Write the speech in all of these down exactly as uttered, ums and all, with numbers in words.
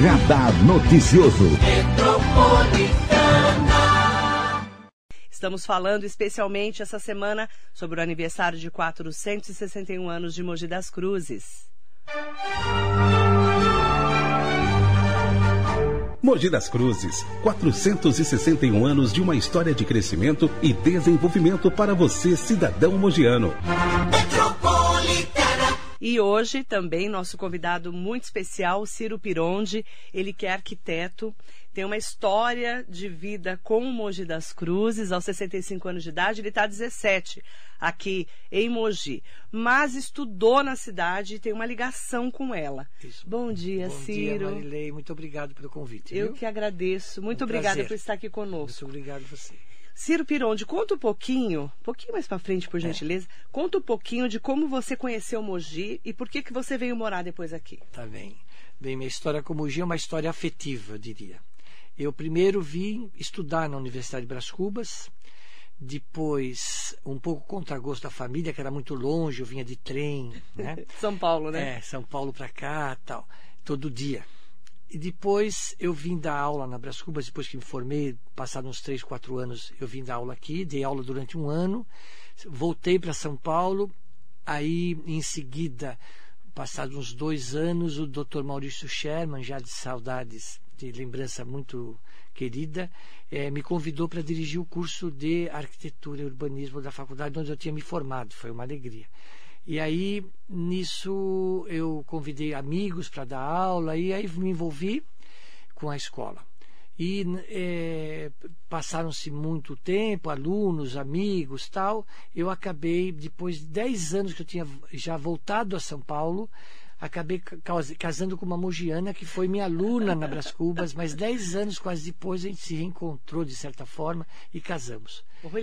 Radar Noticioso. Estamos falando especialmente essa semana sobre o aniversário de quatrocentos e sessenta e um anos de Mogi das Cruzes. Mogi das Cruzes, quatrocentos e sessenta e um anos de uma história de crescimento e desenvolvimento para você, cidadão mogiano. E hoje também nosso convidado muito especial, Ciro Pironde, ele que é arquiteto, tem uma história de vida com o Mogi das Cruzes, aos sessenta e cinco anos de idade, ele está há dezessete aqui em Mogi, mas estudou na cidade e tem uma ligação com ela. Isso. Bom dia, Bom Ciro. Bom dia, Marilei, muito obrigado pelo convite. Eu viu? que agradeço, muito um obrigada prazer. por estar aqui conosco. Muito obrigado a você. Ciro Pironde, conta um pouquinho, um pouquinho mais para frente, por gentileza, é. conta um pouquinho de como você conheceu Mogi e por que, que você veio morar depois aqui. Tá bem. Bem, minha história com Mogi é uma história afetiva, eu diria. Eu primeiro vim estudar na Universidade de Brás Cubas, depois, um pouco contra gosto da família, que era muito longe, eu vinha de trem, né? São Paulo, né? É, São Paulo para cá, tal, todo dia. E depois eu vim dar aula na Brás Cubas, depois que me formei, passados uns três, quatro anos, eu vim dar aula aqui, dei aula durante um ano, voltei para São Paulo, aí em seguida, passados uns dois anos, o doutor Maurício Sherman, já de saudades, de lembrança muito querida, eh, me convidou para dirigir o curso de Arquitetura e Urbanismo da faculdade onde eu tinha me formado, foi uma alegria. E aí, nisso, eu convidei amigos para dar aula e aí me envolvi com a escola. E é, passaram-se muito tempo, alunos, amigos, tal. Eu acabei, depois de dez anos que eu tinha já voltado a São Paulo, acabei casando com uma mogiana que foi minha aluna na Brás Cubas, mas dez anos quase depois a gente se reencontrou de certa forma e casamos.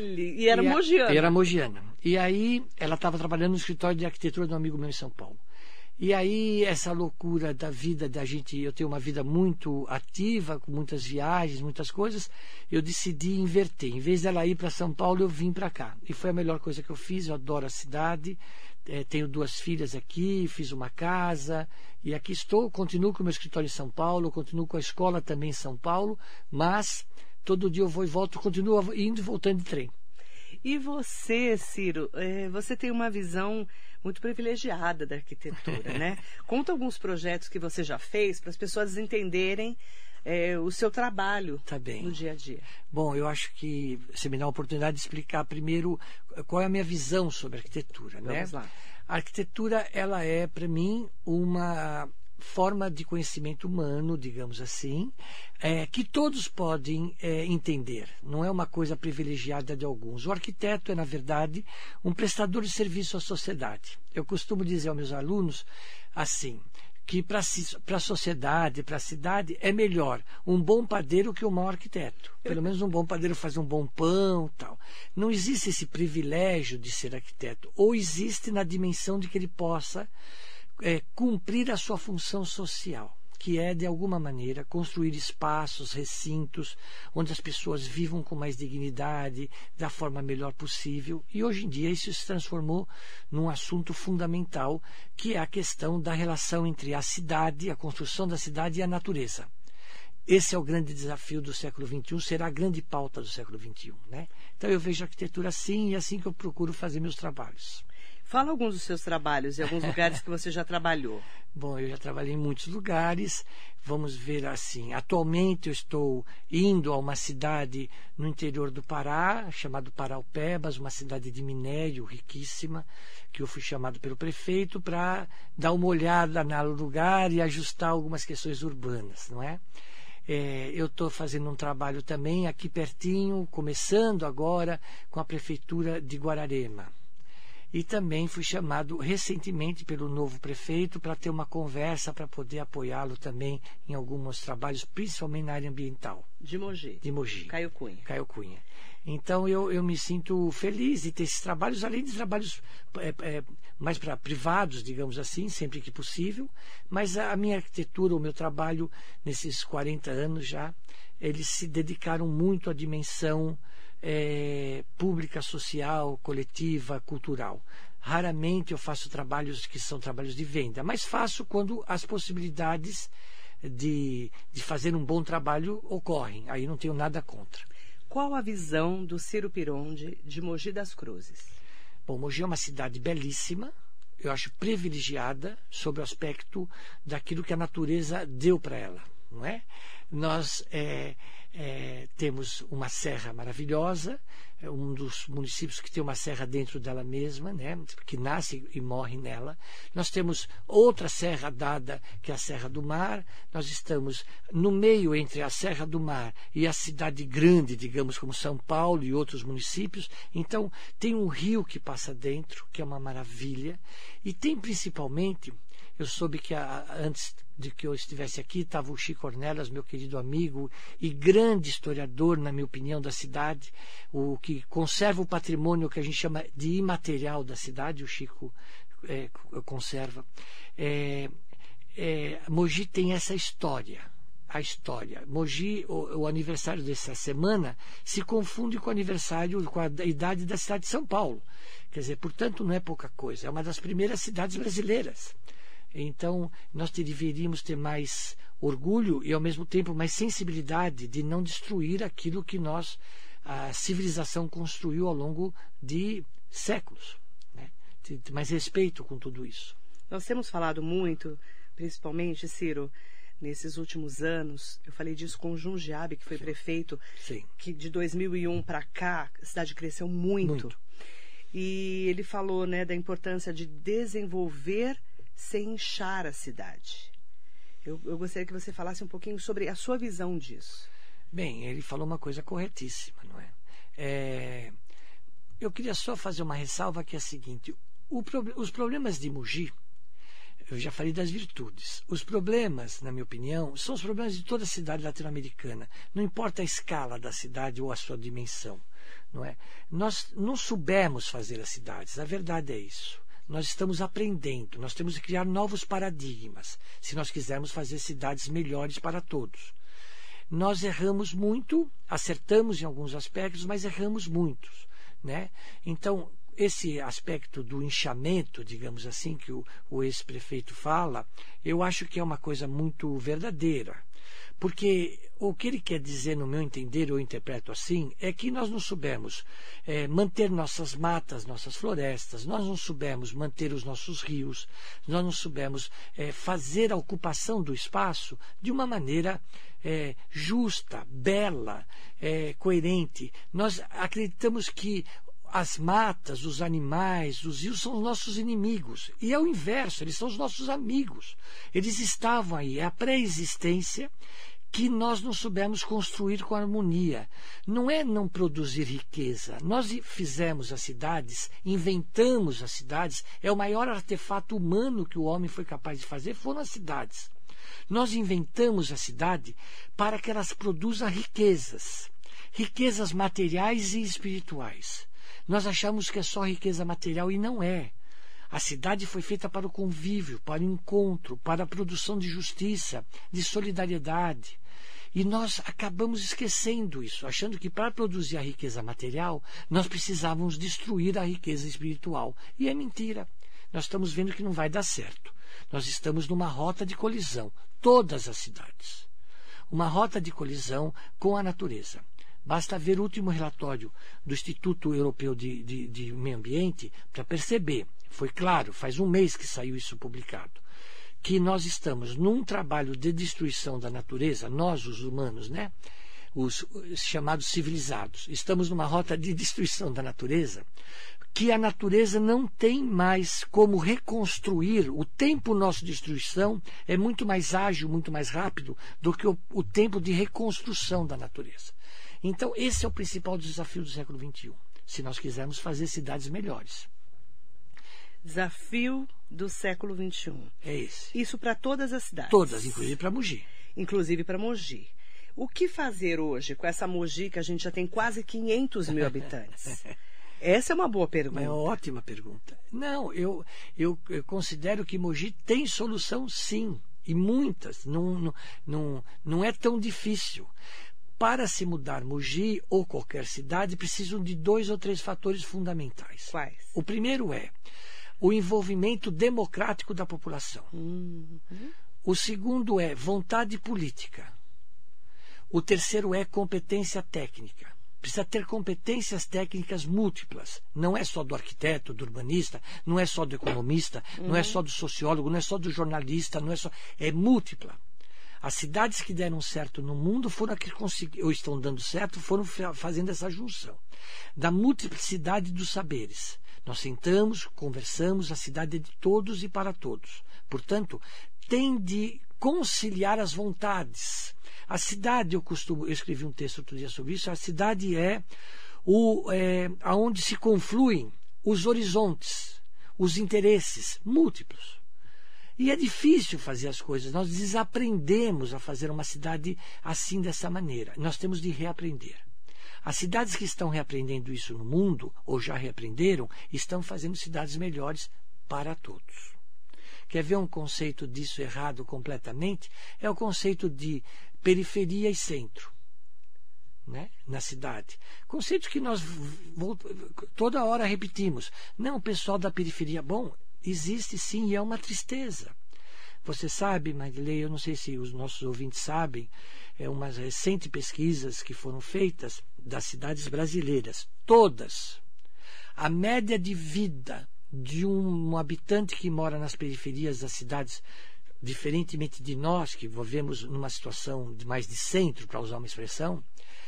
E era e a, mogiana. Era mogiana. E aí ela estava trabalhando no escritório de arquitetura de um amigo meu em São Paulo. E aí essa loucura da vida da gente, eu tenho uma vida muito ativa, com muitas viagens, muitas coisas, eu decidi inverter. Em vez dela ir para São Paulo, eu vim para cá. E foi a melhor coisa que eu fiz, eu adoro a cidade. É, tenho duas filhas aqui, fiz uma casa e aqui estou, continuo com o meu escritório em São Paulo, continuo com a escola também em São Paulo, mas todo dia eu vou e volto, continuo indo e voltando de trem. E você, Ciro, é, você tem uma visão muito privilegiada da arquitetura, né? Conta alguns projetos que você já fez para as pessoas entenderem É, o seu trabalho tá bem. no dia a dia. Bom, eu acho que você me dá a oportunidade de explicar primeiro qual é a minha visão sobre a arquitetura. Vamos né? lá. A arquitetura, ela é, para mim, uma forma de conhecimento humano, digamos assim, é, que todos podem é, entender. Não é uma coisa privilegiada de alguns. O arquiteto é, na verdade, um prestador de serviço à sociedade. Eu costumo dizer aos meus alunos assim, que para a sociedade, para a cidade, é melhor um bom padeiro que um mau arquiteto. Pelo menos um bom padeiro faz um bom pão, tal. Não existe esse privilégio de ser arquiteto. Ou existe na dimensão de que ele possa é, cumprir a sua função social, que é, de alguma maneira, construir espaços, recintos, onde as pessoas vivam com mais dignidade, da forma melhor possível. E, hoje em dia, isso se transformou num assunto fundamental, que é a questão da relação entre a cidade, a construção da cidade e a natureza. Esse é o grande desafio do século vinte e um, será a grande pauta do século vinte e um. Né? Então, eu vejo a arquitetura assim e é assim que eu procuro fazer meus trabalhos. Fala alguns dos seus trabalhos e alguns lugares que você já trabalhou. Bom, eu já trabalhei em muitos lugares. Vamos ver assim. Atualmente eu estou indo a uma cidade no interior do Pará, chamada Paraupebas, uma cidade de minério riquíssima, que eu fui chamado pelo prefeito para dar uma olhada no lugar e ajustar algumas questões urbanas, não é? É, eu estou fazendo um trabalho também aqui pertinho, começando agora com a prefeitura de Guararema. E também fui chamado recentemente pelo novo prefeito para ter uma conversa para poder apoiá-lo também em alguns trabalhos, principalmente na área ambiental. De Mogi. De Mogi. Caio Cunha. Caio Cunha. Então eu, eu me sinto feliz de ter esses trabalhos, além de trabalhos é, é, mais para privados, digamos assim, sempre que possível. Mas a minha arquitetura, o meu trabalho nesses quarenta anos já, eles se dedicaram muito à dimensão É, pública, social, coletiva, cultural. Raramente eu faço trabalhos que são trabalhos de venda, mas faço quando as possibilidades de, de fazer um bom trabalho ocorrem. Aí não tenho nada contra. Qual a visão do Ciro Pironde de Mogi das Cruzes? Bom, Mogi é uma cidade belíssima, eu acho privilegiada sob o aspecto daquilo que a natureza deu para ela, não é? Nós é, é, temos uma serra maravilhosa, é um dos municípios que tem uma serra dentro dela mesma, né, que nasce e morre nela. Nós temos outra serra dada, que é a Serra do Mar. Nós estamos no meio entre a Serra do Mar e a cidade grande, digamos, como São Paulo e outros municípios. Então, tem um rio que passa dentro, que é uma maravilha. E tem principalmente... Eu soube que a, antes de que eu estivesse aqui estava o Chico Ornelas, meu querido amigo e grande historiador, na minha opinião, da cidade, o que conserva o patrimônio que a gente chama de imaterial da cidade, o Chico é, conserva. É, é, Mogi tem essa história. A história. Mogi, o, o aniversário dessa semana se confunde com o aniversário, com a idade da cidade de São Paulo. Quer dizer, portanto, não é pouca coisa. É uma das primeiras cidades brasileiras. Então, nós deveríamos ter mais orgulho e, ao mesmo tempo, mais sensibilidade de não destruir aquilo que nós, a civilização, construiu ao longo de séculos. Né? Ter mais respeito com tudo isso. Nós temos falado muito, principalmente, Ciro, nesses últimos anos, eu falei disso com o Jundiabe, que foi Sim. prefeito, Sim. que de dois mil e um para cá, a cidade cresceu muito. muito. E ele falou, né, da importância de desenvolver sem inchar a cidade. Eu, eu gostaria que você falasse um pouquinho sobre a sua visão disso. Bem, ele falou uma coisa corretíssima, não é? é eu queria só fazer uma ressalva que é a seguinte: o, os problemas de Mogi, eu já falei das virtudes. Os problemas, na minha opinião, são os problemas de toda a cidade latino-americana. Não importa a escala da cidade ou a sua dimensão, não é? Nós não soubemos fazer as cidades, a verdade é isso. Nós estamos aprendendo, nós temos que criar novos paradigmas, se nós quisermos fazer cidades melhores para todos. Nós erramos muito, acertamos em alguns aspectos, mas erramos muitos, né? Então, esse aspecto do inchamento, digamos assim, que o, o ex-prefeito fala, eu acho que é uma coisa muito verdadeira. Porque o que ele quer dizer, no meu entender, eu interpreto assim, é que nós não soubemos é, manter nossas matas, nossas florestas, nós não soubemos manter os nossos rios, nós não soubemos é, fazer a ocupação do espaço de uma maneira é, justa, bela, é, coerente. Nós acreditamos que as matas, os animais, os rios são os nossos inimigos. E é o inverso, eles são os nossos amigos. Eles estavam aí, é a pré-existência que nós não soubemos construir com harmonia. Não é não produzir riqueza. Nós fizemos as cidades, inventamos as cidades. É o maior artefato humano que o homem foi capaz de fazer, foram as cidades. Nós inventamos a cidade para que elas produzam riquezas. Riquezas materiais e espirituais. Nós achamos que é só riqueza material e não é. A cidade foi feita para o convívio, para o encontro, para a produção de justiça, de solidariedade. E nós acabamos esquecendo isso, achando que para produzir a riqueza material, nós precisávamos destruir a riqueza espiritual. E é mentira. Nós estamos vendo que não vai dar certo. Nós estamos numa rota de colisão, todas as cidades. Uma rota de colisão com a natureza. Basta ver o último relatório do Instituto Europeu de, de, de Meio Ambiente para perceber, foi claro, faz um mês que saiu isso publicado, que nós estamos num trabalho de destruição da natureza, nós os humanos, né? Os, os chamados civilizados, estamos numa rota de destruição da natureza, que a natureza não tem mais como reconstruir. O tempo nosso de destruição é muito mais ágil, muito mais rápido do que o, o tempo de reconstrução da natureza. Então, esse é o principal desafio do século vinte e um, se nós quisermos fazer cidades melhores. Desafio do século vinte e um. É esse. Isso para todas as cidades? Todas, inclusive para Mogi. Inclusive para Mogi. O que fazer hoje com essa Mogi que a gente já tem quase quinhentos mil habitantes? Essa é uma boa pergunta. É uma ótima pergunta. Não, eu, eu, eu considero que Mogi tem solução, sim. E muitas. Não, não, não, não é tão difícil. Para se mudar Mogi ou qualquer cidade, precisam de dois ou três fatores fundamentais. Quais? O primeiro é o envolvimento democrático da população. Uhum. O segundo é vontade política. O terceiro é competência técnica. Precisa ter competências técnicas múltiplas. Não é só do arquiteto, do urbanista, não é só do economista, uhum. não é só do sociólogo, não é só do jornalista, não é só. É múltipla. As cidades que deram certo no mundo foram as que conseguiram, ou estão dando certo, foram fazendo essa junção da multiplicidade dos saberes. Nós sentamos, conversamos, a cidade é de todos e para todos. Portanto, tem de conciliar as vontades. A cidade, eu costumo, eu escrevi um texto outro dia sobre isso, a cidade é o é, aonde se confluem os horizontes, os interesses múltiplos. E é difícil fazer as coisas. Nós desaprendemos a fazer uma cidade assim, dessa maneira. Nós temos de reaprender. As cidades que estão reaprendendo isso no mundo, ou já reaprenderam, estão fazendo cidades melhores para todos. Quer ver um conceito disso errado completamente? É o conceito de periferia e centro, né? Na cidade. Conceito que nós toda hora repetimos. Não, o pessoal da periferia, bom, existe sim e é uma tristeza. Você sabe, Marilei, eu não sei se os nossos ouvintes sabem, é umas recentes pesquisas que foram feitas das cidades brasileiras, todas. A média de vida de um habitante que mora nas periferias das cidades, diferentemente de nós, que vivemos numa situação de mais de centro, para usar uma expressão,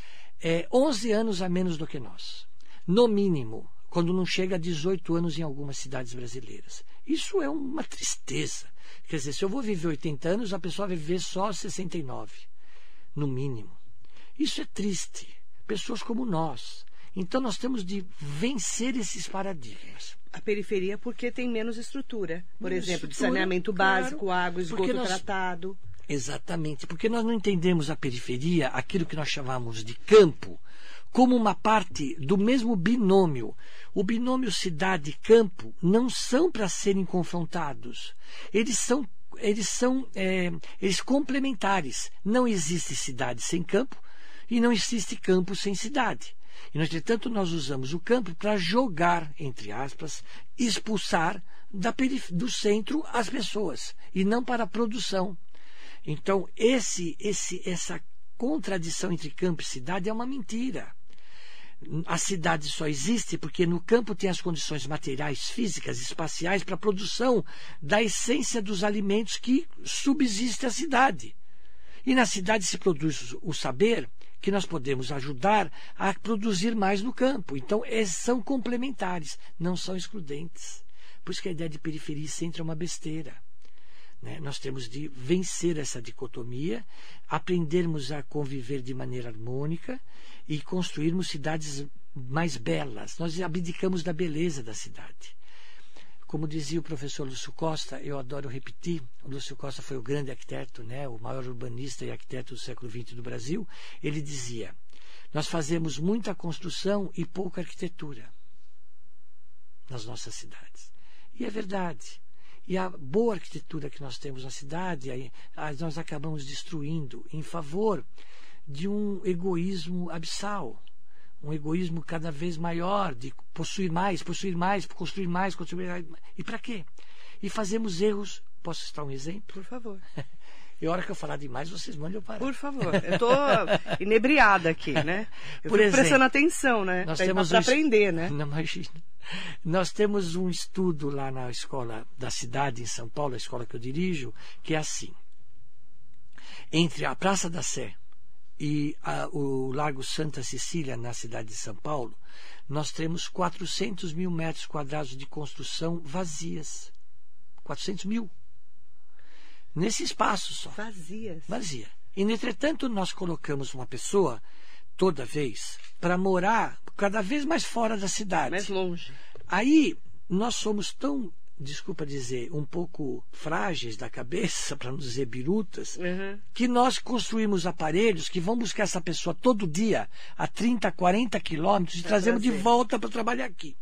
é onze anos a menos do que nós. No mínimo, quando não chega a dezoito anos em algumas cidades brasileiras. Isso é uma tristeza. Quer dizer, se eu vou viver oitenta anos, a pessoa vai viver só sessenta e nove, no mínimo. Isso é triste. Pessoas como nós. Então nós temos de vencer esses paradigmas. A periferia porque tem menos estrutura. Por menos exemplo, estrutura, de saneamento claro, básico, água, esgoto nós, tratado. Exatamente, porque nós não entendemos a periferia, aquilo que nós chamamos de campo, como uma parte do mesmo binômio. O binômio cidade-campo não são para serem confrontados. Eles são, eles são é, eles complementares. Não existe cidade sem campo e não existe campo sem cidade. E, no entretanto, nós usamos o campo para jogar, entre aspas, expulsar da perif- do centro as pessoas, e não para a produção. Então, esse, esse, essa contradição entre campo e cidade é uma mentira. A cidade só existe porque no campo tem as condições materiais, físicas, espaciais para a produção da essência dos alimentos que subsiste a cidade. E na cidade se produz o saber que nós podemos ajudar a produzir mais no campo. Então, são complementares, não são excludentes. Por isso que a ideia de periferia e centro é uma besteira. Né? Nós temos de vencer essa dicotomia, aprendermos a conviver de maneira harmônica e construirmos cidades mais belas. Nós abdicamos da beleza da cidade. Como dizia o professor Lúcio Costa, eu adoro repetir, o Lúcio Costa foi o grande arquiteto, né, o maior urbanista e arquiteto do século vinte do Brasil. Ele dizia, nós fazemos muita construção e pouca arquitetura nas nossas cidades. E é verdade. E a boa arquitetura que nós temos na cidade, aí, nós acabamos destruindo em favor de um egoísmo abissal. Um egoísmo cada vez maior, de possuir mais, possuir mais, construir mais, construir mais. E para quê? E fazemos erros. Posso citar um exemplo? Por favor. E a hora que eu falar demais, vocês mandam eu parar. Por favor. Eu estou inebriada aqui, né? Eu Por estou exemplo, prestando atenção, né? Para um... aprender, né? Não, imagina. Nós temos um estudo lá na escola da cidade, em São Paulo, a escola que eu dirijo, que é assim. Entre a Praça da Sé e a, o Largo Santa Cecília, na cidade de São Paulo, nós temos quatrocentos mil metros quadrados de construção vazias. quatrocentos mil. Nesse espaço só. Vazias. Vazia. E, entretanto, nós colocamos uma pessoa, toda vez, para morar cada vez mais fora da cidade. Mais longe. Aí, nós somos tão, desculpa dizer, um pouco frágeis da cabeça, para não dizer birutas, uhum. que nós construímos aparelhos que vão buscar essa pessoa todo dia, a trinta, quarenta quilômetros, e pra trazemos trazer. de volta para trabalhar aqui.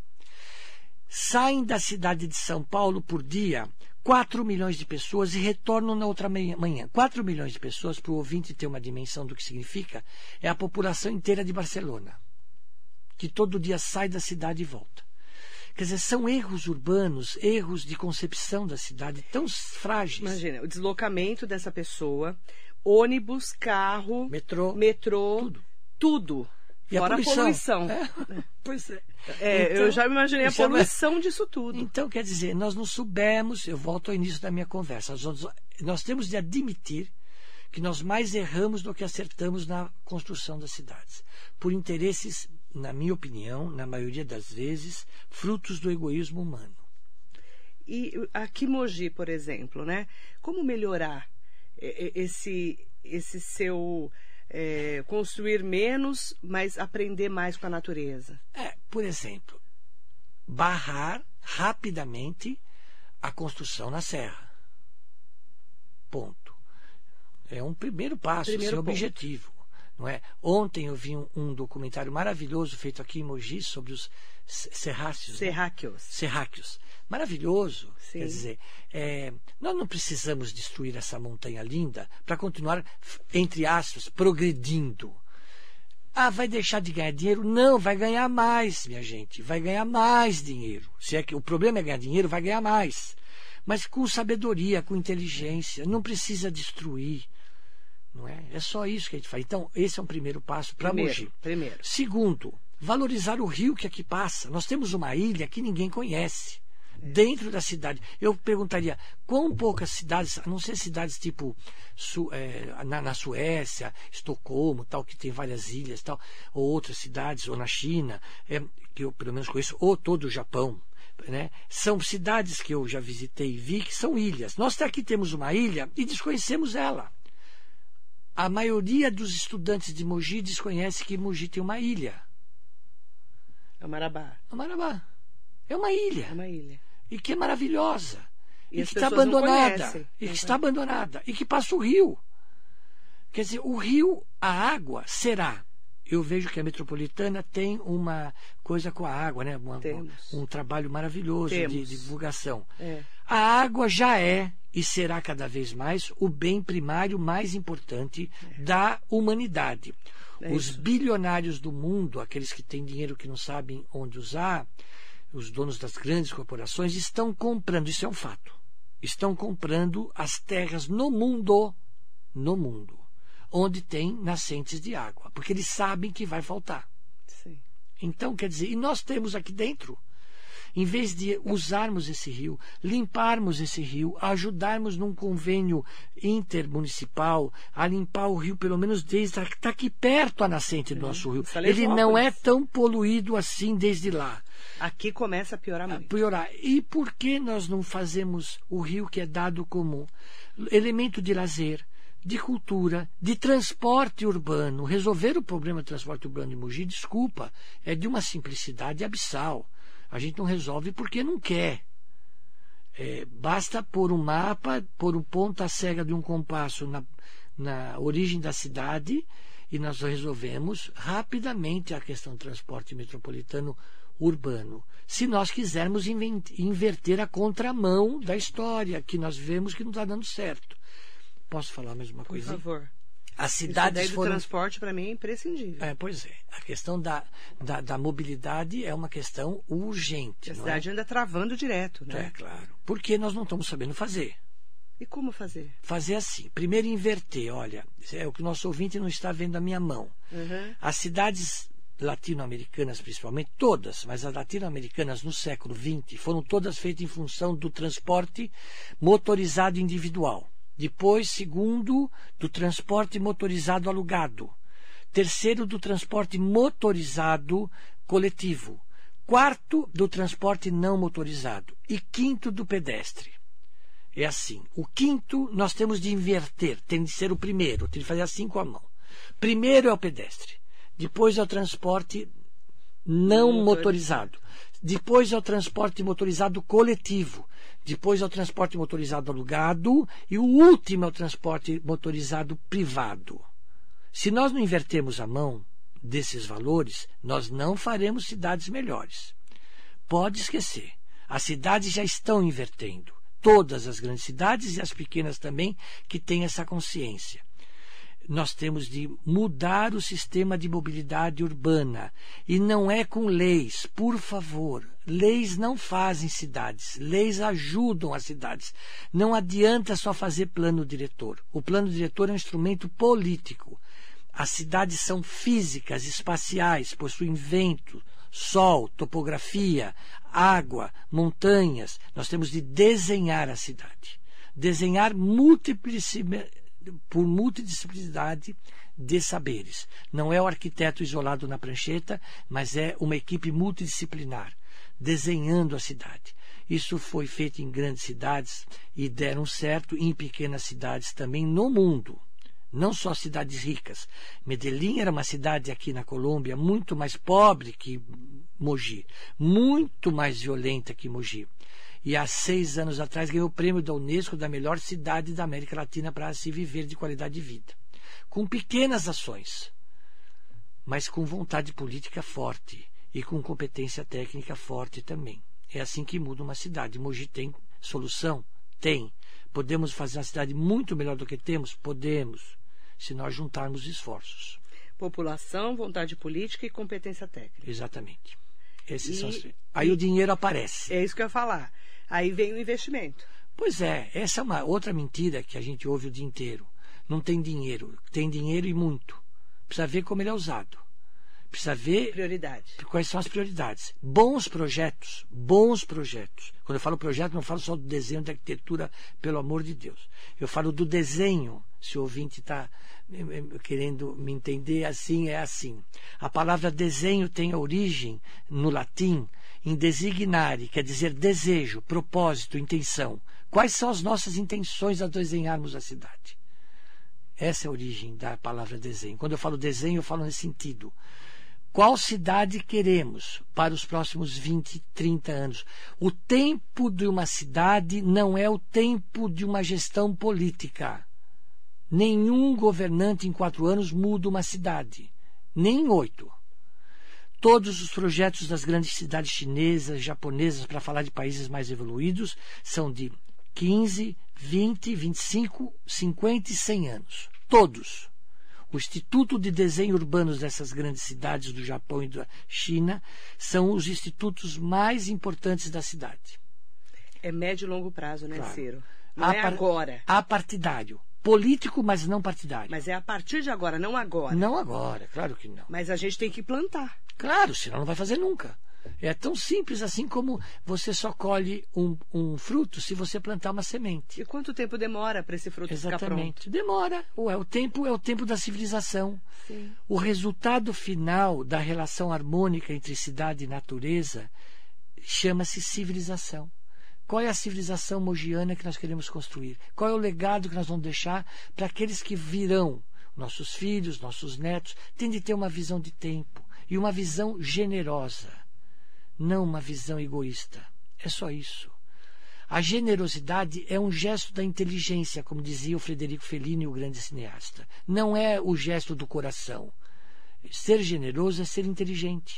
Saem da cidade de São Paulo por dia quatro milhões de pessoas e retornam na outra manhã. quatro milhões de pessoas, para o ouvinte ter uma dimensão do que significa, é a população inteira de Barcelona, que todo dia sai da cidade e volta. Quer dizer, são erros urbanos, erros de concepção da cidade tão frágeis. Imagina, o deslocamento dessa pessoa, ônibus, carro, metrô, metrô tudo. tudo. E Fora a poluição. a poluição. É? Pois é. É, Então, eu já me imaginei a isso é uma- poluição disso tudo. Então, quer dizer, nós não soubemos, eu volto ao início da minha conversa, nós, nós temos de admitir que nós mais erramos do que acertamos na construção das cidades, por interesses, na minha opinião, na maioria das vezes, frutos do egoísmo humano. E aqui Mogi, por exemplo, né? Como melhorar eh, esse, esse seu eh, construir menos, mas aprender mais com a natureza? É, por exemplo, barrar rapidamente a construção na serra. Ponto. É um primeiro passo, Primeiro esse é o ponto. objetivo. Não é? Ontem eu vi um, um documentário maravilhoso feito aqui em Mogi sobre os se- serráceos. né? Serráqueos. Serráqueos. Maravilhoso. Sim. Quer dizer, é, nós não precisamos destruir essa montanha linda para continuar, entre aspas, progredindo. Ah, vai deixar de ganhar dinheiro? Não, vai ganhar mais, minha gente. Vai ganhar mais dinheiro. Se é que o problema é ganhar dinheiro, vai ganhar mais. Mas com sabedoria, com inteligência. Não precisa destruir. Não é? É só isso que a gente faz. Então, esse é um primeiro passo para Primeiro, Mogi. primeiro. Segundo, valorizar o rio que aqui passa. Nós temos uma ilha que ninguém conhece. Dentro da cidade. Eu perguntaria, quão poucas cidades, a não ser cidades tipo Su, é, na, na Suécia, Estocolmo, tal, que tem várias ilhas, tal, ou outras cidades, ou na China, é, que eu pelo menos conheço, ou todo o Japão. Né? São cidades que eu já visitei e vi que são ilhas. Nós aqui temos uma ilha e desconhecemos ela. A maioria dos estudantes de Mogi desconhece que Mogi tem uma ilha. É o Marabá. É Marabá. É uma ilha. É uma ilha. E que é maravilhosa. E E, as que está pessoas não abandonada. conhecem. E Não que está abandonada. E que passa o rio. Quer dizer, o rio, a água, será. Eu vejo que a metropolitana tem uma coisa com a água, né? Uma- Temos. um trabalho maravilhoso de, Temos. de divulgação. É. A água já é e será cada vez mais o bem primário mais importante da humanidade. É Os isso. bilionários do mundo, aqueles que têm dinheiro que não sabem onde usar, os donos das grandes corporações, estão comprando, isso é um fato, estão comprando as terras no mundo, no mundo, onde tem nascentes de água, porque eles sabem que vai faltar. Sim. Então, quer dizer, e nós temos aqui dentro, em vez de usarmos esse rio, limparmos esse rio, ajudarmos num convênio intermunicipal a limpar o rio, pelo menos desde está aqui perto a nascente do nosso rio. Ele não é tão poluído assim desde lá. Aqui começa a piorar muito. Piorar. E por que nós não fazemos o rio que é dado como elemento de lazer, de cultura, de transporte urbano? Resolver o problema do transporte urbano de Mogi, desculpa, é de uma simplicidade abissal. A gente não resolve porque não quer. É, basta pôr um mapa, pôr um ponta cega de um compasso na, na origem da cidade e nós resolvemos rapidamente a questão do transporte metropolitano urbano. Se nós quisermos inverter a contramão da história, que nós vemos que não está dando certo. Posso falar mais uma Por coisinha? favor. As Isso cidades daí do foram... transporte, para mim, é imprescindível. É, pois é. A questão da, da, da mobilidade é uma questão urgente. A não cidade é? anda travando direto, né? É, claro. Porque nós não estamos sabendo fazer. E como fazer? Fazer assim. Primeiro inverter. Olha, é o que o nosso ouvinte não está vendo a minha mão. Uhum. As cidades latino-americanas, principalmente, todas, mas as latino-americanas no século vinte foram todas feitas em função do transporte motorizado individual. Depois, segundo, do transporte motorizado alugado. Terceiro, do transporte motorizado coletivo. Quarto, do transporte não motorizado. E quinto, do pedestre. É assim. O quinto, nós temos de inverter. Tem de ser o primeiro. Tem de fazer assim com a mão. Primeiro é o pedestre. Depois é o transporte não motorizado. Depois é o transporte motorizado coletivo. Depois é o transporte motorizado alugado. E o último é o transporte motorizado privado. Se nós não invertermos a mão desses valores, nós não faremos cidades melhores. Pode esquecer. As cidades já estão invertendo. Todas as grandes cidades e as pequenas também que têm essa consciência. nós temos de mudar o sistema de mobilidade urbana. E não é com leis, por favor. Leis não fazem cidades, leis ajudam as cidades. Não adianta só fazer plano diretor. O plano diretor é um instrumento político. As cidades são físicas, espaciais, possuem vento, sol, topografia, água, montanhas. Nós temos de desenhar a cidade. Desenhar multiplicidade. Por multidisciplinaridade de saberes. Não é o arquiteto isolado na prancheta, mas é uma equipe multidisciplinar, desenhando a cidade. Isso foi feito em grandes cidades e deram certo em pequenas cidades também no mundo. Não só cidades ricas. Medellín era uma cidade aqui na Colômbia muito mais pobre que Mogi, muito mais violenta que Mogi. E há seis anos atrás ganhou o prêmio da Unesco da melhor cidade da América Latina para se viver de qualidade de vida. Com pequenas ações, mas com vontade política forte e com competência técnica forte também. É assim que muda uma cidade. Mogi tem solução? Tem. Podemos fazer uma cidade muito melhor do que temos? Podemos, se nós juntarmos esforços. População, vontade política e competência técnica. Exatamente. Esses e, são os... Aí e, o dinheiro aparece. É isso que eu ia falar. Aí vem o investimento. Pois é, essa é uma outra mentira que a gente ouve o dia inteiro. Não tem dinheiro. Tem dinheiro e muito. Precisa ver como ele é usado. Precisa ver prioridade. Quais são as prioridades. Bons projetos, bons projetos. Quando eu falo projeto, não falo só do desenho da arquitetura, pelo amor de Deus. Eu falo do desenho. Se o ouvinte está querendo me entender, assim é assim. A palavra desenho tem a origem, no latim, em designare, quer dizer desejo, propósito, intenção. Quais são as nossas intenções ao desenharmos a cidade? Essa é a origem da palavra desenho. Quando eu falo desenho, eu falo nesse sentido. Qual cidade queremos para os próximos vinte, trinta anos? O tempo de uma cidade não é o tempo de uma gestão política. Nenhum governante em quatro anos muda uma cidade. Nem em oito. Todos os projetos das grandes cidades chinesas, japonesas, para falar de países mais evoluídos, são de quinze, vinte, vinte e cinco, cinquenta e cem anos. Todos. O Instituto de Desenho Urbanos dessas grandes cidades do Japão e da China são os institutos mais importantes da cidade. É médio e longo prazo, né, claro. Ciro? Não é agora. Apartidário. Político, mas não partidário. Mas é a partir de agora, não agora. Não agora, claro que não. Mas a gente tem que plantar. Claro, senão não vai fazer nunca. É tão simples assim como você só colhe um, um fruto se você plantar uma semente. E quanto tempo demora para esse fruto Exatamente. ficar pronto? Demora. Ué, o tempo é o tempo da civilização. Sim. O resultado final da relação harmônica entre cidade e natureza chama-se civilização. Qual é a civilização mogiana que nós queremos construir? Qual é o legado que nós vamos deixar para aqueles que virão? Nossos filhos, nossos netos, têm de ter uma visão de tempo e uma visão generosa, não uma visão egoísta. É só isso. A generosidade é um gesto da inteligência, como dizia o Frederico Fellini, o grande cineasta. Não é o gesto do coração. Ser generoso é ser inteligente.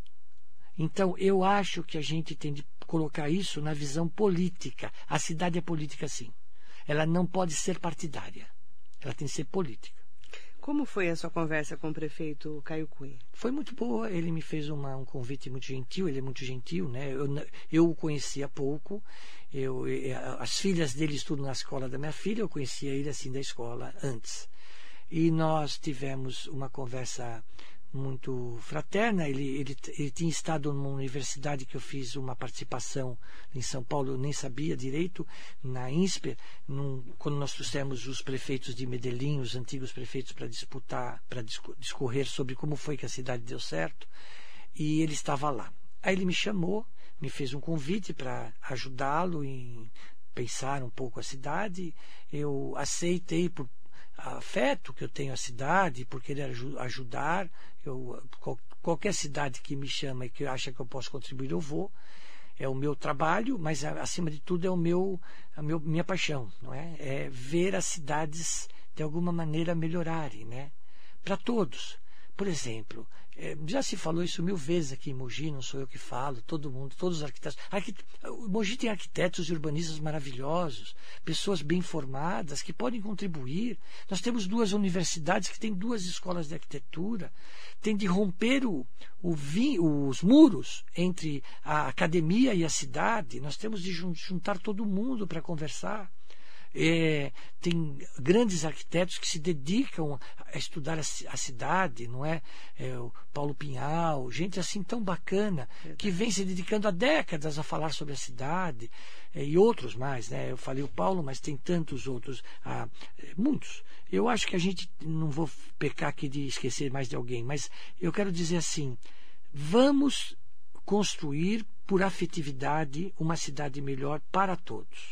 Então, eu acho que a gente tem de colocar isso na visão política. A cidade é política, sim. Ela não pode ser partidária. Ela tem que ser política. Como foi a sua conversa com o prefeito Caio Cunha? Foi muito boa. Ele me fez uma, um convite muito gentil. Ele é muito gentil, né? Eu, eu o conhecia há pouco. Eu, as filhas dele estudam na escola da minha filha. Eu conhecia ele assim da escola antes. E nós tivemos uma conversa muito fraterna. Ele, ele, ele tinha estado numa universidade que eu fiz uma participação em São Paulo, eu nem sabia direito, na INSPER, num, quando nós trouxemos os prefeitos de Medellín, os antigos prefeitos, para disputar, para discorrer sobre como foi que a cidade deu certo, e ele estava lá. Aí ele me chamou, me fez um convite para ajudá-lo em pensar um pouco a cidade. Eu aceitei por afeto que eu tenho à cidade, por querer ajudar. Eu, qualquer cidade que me chama e que acha que eu posso contribuir, eu vou. É o meu trabalho, mas acima de tudo é o meu, a meu, minha paixão, não é? É ver as cidades de alguma maneira melhorarem, né? Para todos. Por exemplo, é, já se falou isso mil vezes aqui em Mogi, não sou eu que falo, todo mundo, todos os arquitetos. Arquit... Mogi tem arquitetos e urbanistas maravilhosos, pessoas bem formadas que podem contribuir. Nós temos duas universidades que têm duas escolas de arquitetura. Tem de romper o, o vi, os muros entre a academia e a cidade. Nós temos de juntar todo mundo para conversar. É, tem grandes arquitetos que se dedicam a estudar a, a cidade, não é? é? O Paulo Pinhal, gente assim tão bacana, que vem se dedicando há décadas a falar sobre a cidade, é, e outros mais, né? Eu falei o Paulo, mas tem tantos outros, ah, muitos. Eu acho que a gente, não vou pecar aqui de esquecer mais de alguém, mas eu quero dizer assim, vamos construir por afetividade uma cidade melhor para todos.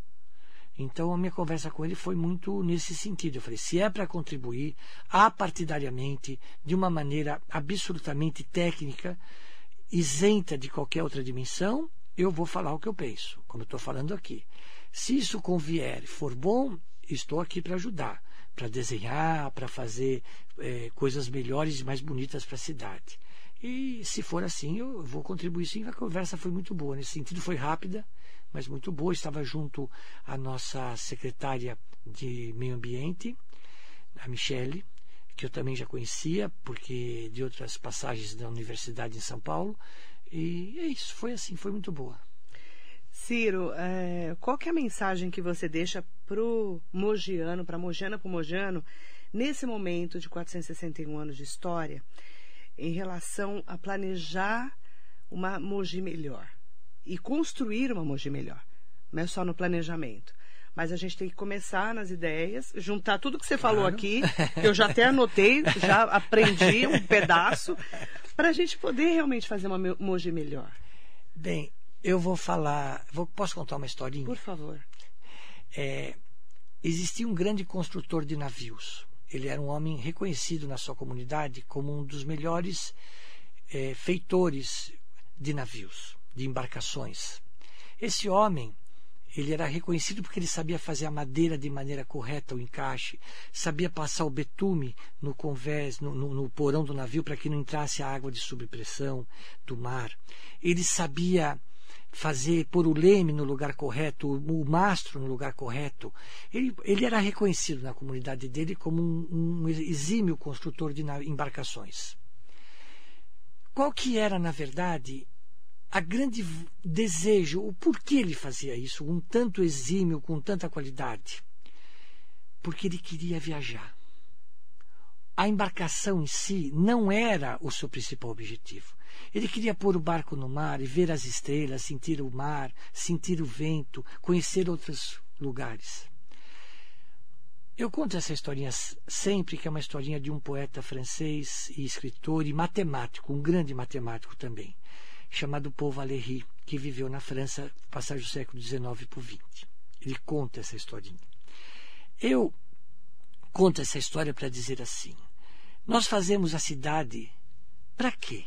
Então, a minha conversa com ele foi muito nesse sentido. Eu falei, se é para contribuir apartidariamente, de uma maneira absolutamente técnica, isenta de qualquer outra dimensão, eu vou falar o que eu penso, como eu estou falando aqui. Se isso convier e for bom, estou aqui para ajudar, para desenhar, para fazer é, coisas melhores e mais bonitas para a cidade. E se for assim, eu vou contribuir sim. A conversa foi muito boa, nesse sentido foi rápida, mas muito boa. Estava junto a nossa secretária de Meio Ambiente, a Michele, que eu também já conhecia, porque de outras passagens da universidade em São Paulo. E é isso, foi assim, foi muito boa. Ciro, é, qual que é a mensagem que você deixa para o mogiano, para a mogiana, para o mogiano, nesse momento de quatrocentos e sessenta e um anos de história, em relação a planejar uma Mogi melhor? E construir uma Mogi melhor. Não é só no planejamento. Mas a gente tem que começar nas ideias, juntar tudo que você falou claro. Aqui, que eu já até anotei, já aprendi um pedaço, para a gente poder realmente fazer uma Mogi melhor. Bem, eu vou falar... Vou, posso contar uma historinha? Por favor. É, existia um grande construtor de navios. Ele era um homem reconhecido na sua comunidade como um dos melhores é, feitores de navios, de embarcações. Esse homem, ele era reconhecido porque ele sabia fazer a madeira de maneira correta, o encaixe, sabia passar o betume no convés, no, no, no porão do navio para que não entrasse a água de subpressão do mar. Ele sabia fazer, pôr o leme no lugar correto, o, o mastro no lugar correto. Ele, ele era reconhecido na comunidade dele como um, um exímio construtor de embarcações. Qual que era, na verdade, a grande desejo, o porquê ele fazia isso, com tanto exímio, com tanta qualidade? Porque ele queria viajar. A embarcação em si não era o seu principal objetivo. Ele queria pôr o barco no mar e ver as estrelas, sentir o mar, sentir o vento, conhecer outros lugares. Eu conto essa historinha sempre, que é uma historinha de um poeta francês e escritor e matemático, um grande matemático também, chamado Paul Valéry, que viveu na França, passagem do século dezenove para o vinte. Ele conta essa historinha. Eu conto essa história para dizer assim, nós fazemos a cidade para quê?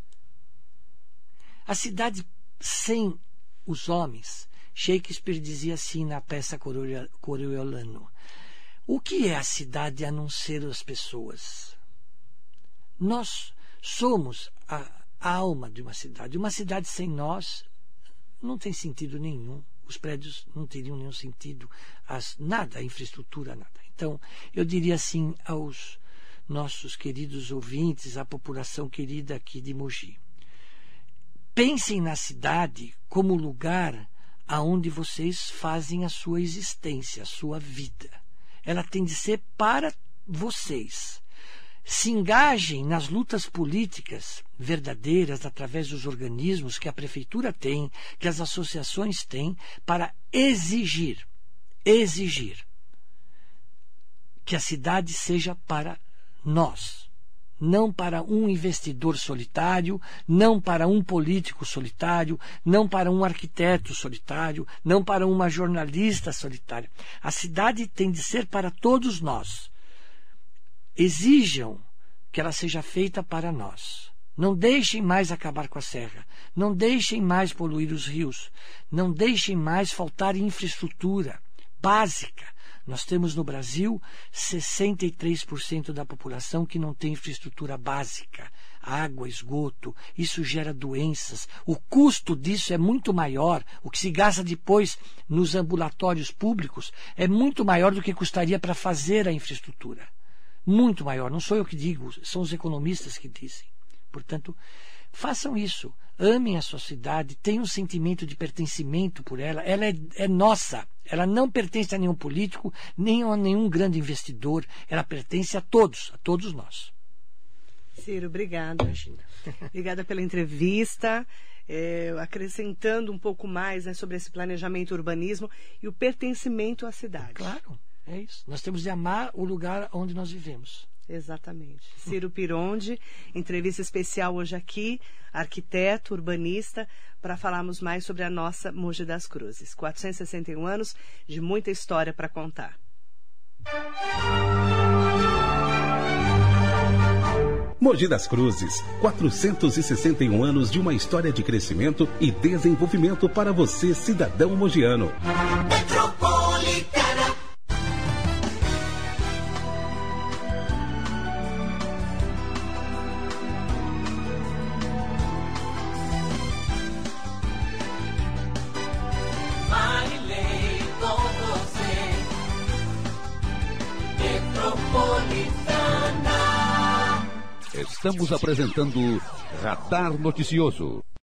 A cidade sem os homens, Shakespeare dizia assim na peça Coriolano, o que é a cidade a não ser as pessoas? Nós somos a, a alma de uma cidade. Uma cidade sem nós não tem sentido nenhum. Os prédios não teriam nenhum sentido. As, nada, a infraestrutura, nada. Então, eu diria assim aos nossos queridos ouvintes, à população querida aqui de Mogi. Pensem na cidade como lugar aonde vocês fazem a sua existência, a sua vida. Ela tem de ser para vocês. Se engajem nas lutas políticas verdadeiras através dos organismos que a prefeitura tem, que as associações têm, para exigir, exigir que a cidade seja para nós, não para um investidor solitário, não para um político solitário, não para um arquiteto solitário, não para uma jornalista solitária. A cidade tem de ser para todos nós. Exijam que ela seja feita para nós. Não deixem mais acabar com a serra. Não deixem mais poluir os rios. Não deixem mais faltar infraestrutura básica. Nós temos no Brasil sessenta e três por cento da população que não tem infraestrutura básica. água, esgoto, isso gera doenças. O custo disso é muito maior. O que se gasta depois nos ambulatórios públicos é muito maior do que custaria para fazer a infraestrutura. Muito maior. Não sou eu que digo, são os economistas que dizem. Portanto, façam isso. Amem a sua cidade, tenham um sentimento de pertencimento por ela. Ela é, é nossa. Ela não pertence a nenhum político, nem a nenhum grande investidor. Ela pertence a todos, a todos nós. Ciro, obrigada. Imagina. Obrigada pela entrevista. É, acrescentando um pouco mais, né, sobre esse planejamento, urbanismo e o pertencimento à cidade. Claro, é isso. Nós temos de amar o lugar onde nós vivemos. Exatamente. Ciro Pironde, entrevista especial hoje aqui, arquiteto, urbanista, para falarmos mais sobre a nossa Mogi das Cruzes. quatrocentos e sessenta e um anos de muita história para contar. Mogi das Cruzes, quatrocentos e sessenta e um anos de uma história de crescimento e desenvolvimento para você, cidadão mogiano. Metropolitana. Marilei com você. Metropolitana. Estamos apresentando Radar Noticioso.